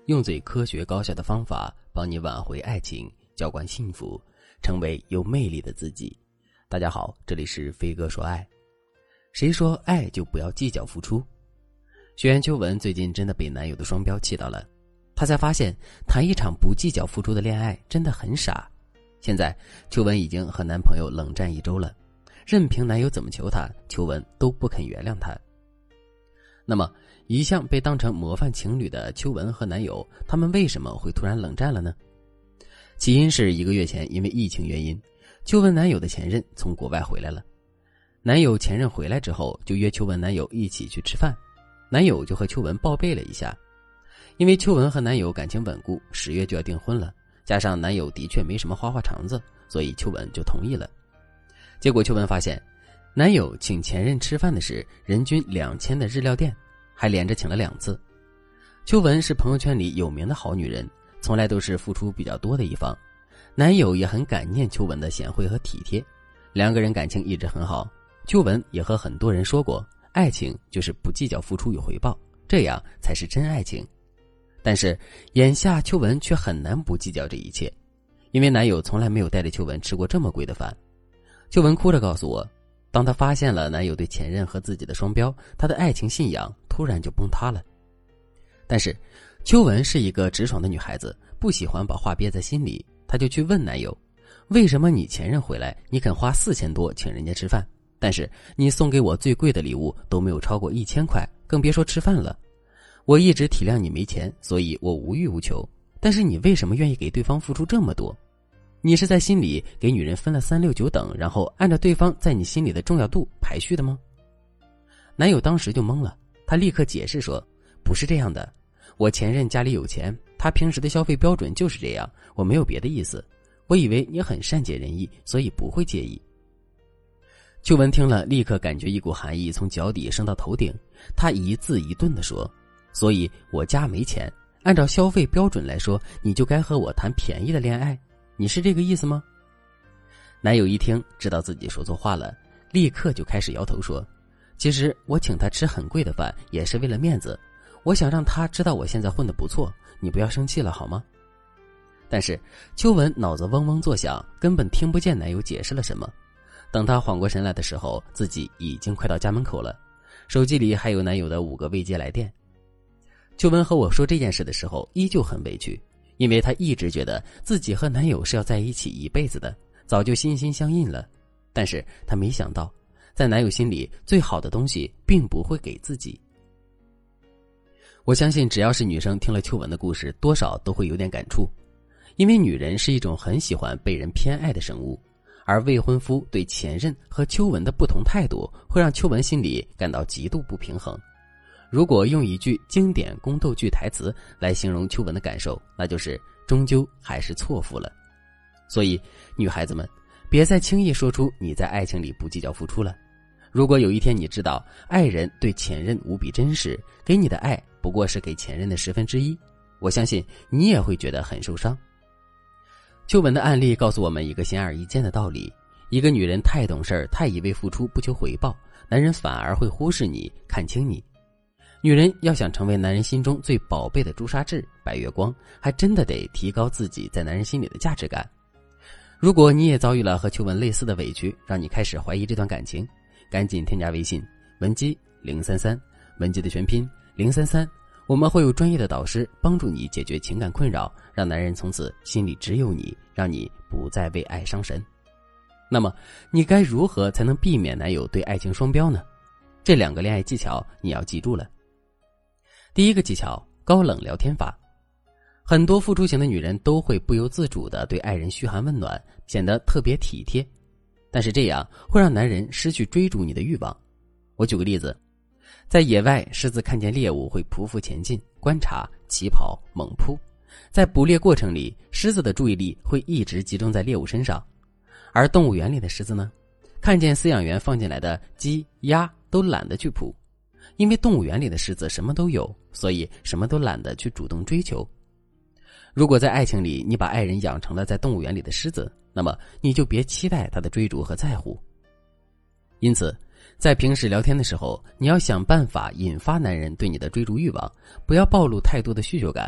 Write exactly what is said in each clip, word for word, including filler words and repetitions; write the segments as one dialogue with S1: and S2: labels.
S1: 用最科学高效的方法帮你挽回爱情，浇灌幸福，成为有魅力的自己。大家好，这里是飞哥说爱。谁说爱就不要计较付出？学员秋文最近真的被男友的双标气到了，她才发现谈一场不计较付出的恋爱真的很傻。现在秋文已经和男朋友冷战一周了，任凭男友怎么求她，秋文都不肯原谅他。那么一向被当成模范情侣的秋文和男友，他们为什么会突然冷战了呢？起因是一个月前，因为疫情原因，秋文男友的前任从国外回来了。男友前任回来之后，就约秋文男友一起去吃饭，男友就和秋文报备了一下。因为秋文和男友感情稳固，十月就要订婚了，加上男友的确没什么花花肠子，所以秋文就同意了。结果秋文发现，男友请前任吃饭的是人均两千的日料店，还连着请了两次。秋文是朋友圈里有名的好女人，从来都是付出比较多的一方，男友也很感念秋文的贤惠和体贴，两个人感情一直很好。秋文也和很多人说过，爱情就是不计较付出与回报，这样才是真爱情。但是眼下秋文却很难不计较这一切，因为男友从来没有带着秋文吃过这么贵的饭。秋文哭着告诉我，当她发现了男友对前任和自己的双标，她的爱情信仰突然就崩塌了。但是秋文是一个直爽的女孩子，不喜欢把话憋在心里，她就去问男友，为什么你前任回来你肯花四千多请人家吃饭，但是你送给我最贵的礼物都没有超过一千块，更别说吃饭了。我一直体谅你没钱，所以我无欲无求，但是你为什么愿意给对方付出这么多？你是在心里给女人分了三六九等，然后按照对方在你心里的重要度排序的吗？男友当时就懵了，他立刻解释说，不是这样的，我前任家里有钱，他平时的消费标准就是这样，我没有别的意思，我以为你很善解人意，所以不会介意。秋文听了立刻感觉一股寒意从脚底升到头顶，他一字一顿地说，所以我家没钱，按照消费标准来说，你就该和我谈便宜的恋爱，你是这个意思吗？男友一听知道自己说错话了，立刻就开始摇头说，其实我请他吃很贵的饭也是为了面子，我想让他知道我现在混得不错，你不要生气了好吗？但是秋文脑子嗡嗡作响，根本听不见男友解释了什么。等她缓过神来的时候，自己已经快到家门口了，手机里还有男友的五个未接来电。秋文和我说这件事的时候依旧很委屈，因为她一直觉得自己和男友是要在一起一辈子的，早就心心相印了。但是她没想到，在男友心里最好的东西并不会给自己。我相信只要是女生听了秋文的故事，多少都会有点感触，因为女人是一种很喜欢被人偏爱的生物，而未婚夫对前任和秋文的不同态度会让秋文心里感到极度不平衡。如果用一句经典宫斗剧台词来形容秋文的感受，那就是终究还是错付了。所以女孩子们，别再轻易说出你在爱情里不计较付出了。如果有一天你知道爱人对前任无比真实，给你的爱不过是给前任的十分之一，我相信你也会觉得很受伤。秋文的案例告诉我们一个显而易见的道理，一个女人太懂事，太一味付出不求回报，男人反而会忽视你，看轻你。女人要想成为男人心中最宝贝的朱砂痣、白月光，还真的得提高自己在男人心里的价值感。如果你也遭遇了和秋文类似的委屈，让你开始怀疑这段感情，赶紧添加微信文姬零三三，文姬的全拼零三三，我们会有专业的导师帮助你解决情感困扰，让男人从此心里只有你，让你不再为爱伤神。那么你该如何才能避免男友对爱情双标呢？这两个恋爱技巧你要记住了。第一个技巧，高冷聊天法。很多付出型的女人都会不由自主地对爱人嘘寒问暖，显得特别体贴，但是这样会让男人失去追逐你的欲望。我举个例子，在野外，狮子看见猎物会匍匐前进，观察、起跑、猛扑。在捕猎过程里，狮子的注意力会一直集中在猎物身上。而动物园里的狮子呢，看见饲养员放进来的鸡、鸭都懒得去扑，因为动物园里的狮子什么都有，所以什么都懒得去主动追求。如果在爱情里你把爱人养成了在动物园里的狮子，那么你就别期待他的追逐和在乎。因此在平时聊天的时候，你要想办法引发男人对你的追逐欲望，不要暴露太多的需求感。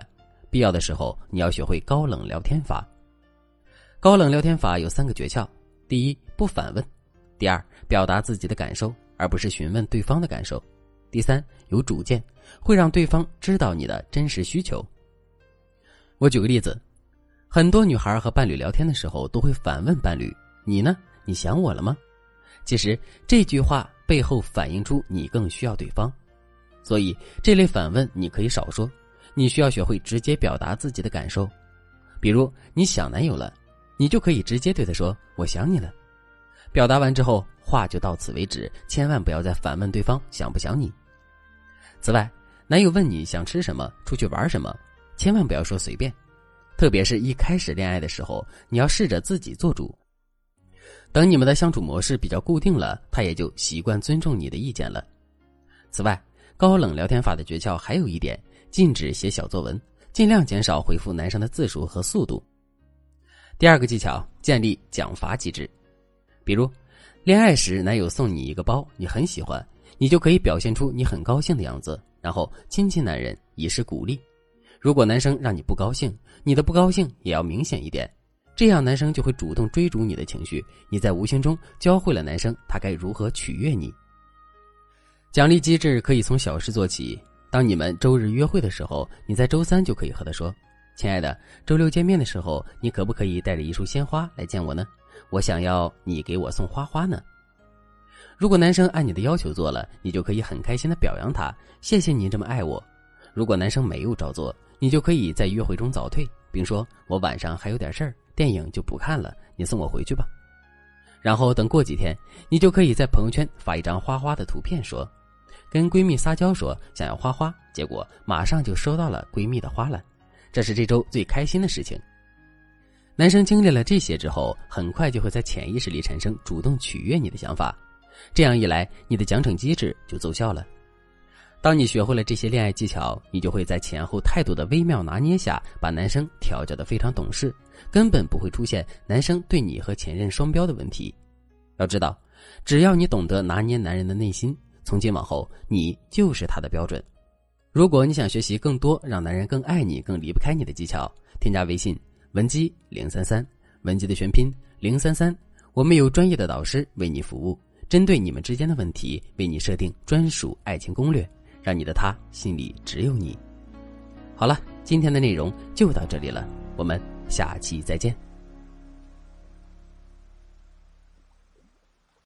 S1: 必要的时候你要学会高冷聊天法。高冷聊天法有三个诀窍：第一，不反问；第二，表达自己的感受，而不是询问对方的感受；第三，有主见，会让对方知道你的真实需求。我举个例子，很多女孩和伴侣聊天的时候都会反问伴侣：你呢？你想我了吗？其实这句话背后反映出你更需要对方，所以这类反问你可以少说，你需要学会直接表达自己的感受。比如你想男友了，你就可以直接对他说我想你了。表达完之后话就到此为止，千万不要再反问对方想不想你。此外，男友问你想吃什么，出去玩什么，千万不要说随便，特别是一开始恋爱的时候，你要试着自己做主。等你们的相处模式比较固定了，他也就习惯尊重你的意见了。此外，高冷聊天法的诀窍还有一点，禁止写小作文，尽量减少回复男生的字数和速度。第二个技巧，建立奖罚机制。比如恋爱时男友送你一个包，你很喜欢，你就可以表现出你很高兴的样子，然后亲亲男人以示鼓励。如果男生让你不高兴，你的不高兴也要明显一点，这样男生就会主动追逐你的情绪，你在无形中教会了男生他该如何取悦你。奖励机制可以从小事做起，当你们周日约会的时候，你在周三就可以和他说，亲爱的，周六见面的时候，你可不可以带着一束鲜花来见我呢？我想要你给我送花花呢。如果男生按你的要求做了，你就可以很开心地表扬他，谢谢你这么爱我。如果男生没有照做，你就可以在约会中早退，并说我晚上还有点事儿，电影就不看了，你送我回去吧。然后等过几天，你就可以在朋友圈发一张花花的图片，说跟闺蜜撒娇说想要花花，结果马上就收到了闺蜜的花篮，这是这周最开心的事情。男生经历了这些之后，很快就会在潜意识里产生主动取悦你的想法，这样一来，你的奖惩机制就奏效了。当你学会了这些恋爱技巧，你就会在前后态度的微妙拿捏下，把男生调教得非常懂事，根本不会出现男生对你和前任双标的问题。要知道，只要你懂得拿捏男人的内心，从今往后你就是他的标准。如果你想学习更多让男人更爱你更离不开你的技巧，添加微信文姬零三三，文姬的全拼零三三，我们有专业的导师为你服务，针对你们之间的问题为你设定专属爱情攻略，让你的他心里只有你。好了，今天的内容就到这里了，我们下期再见。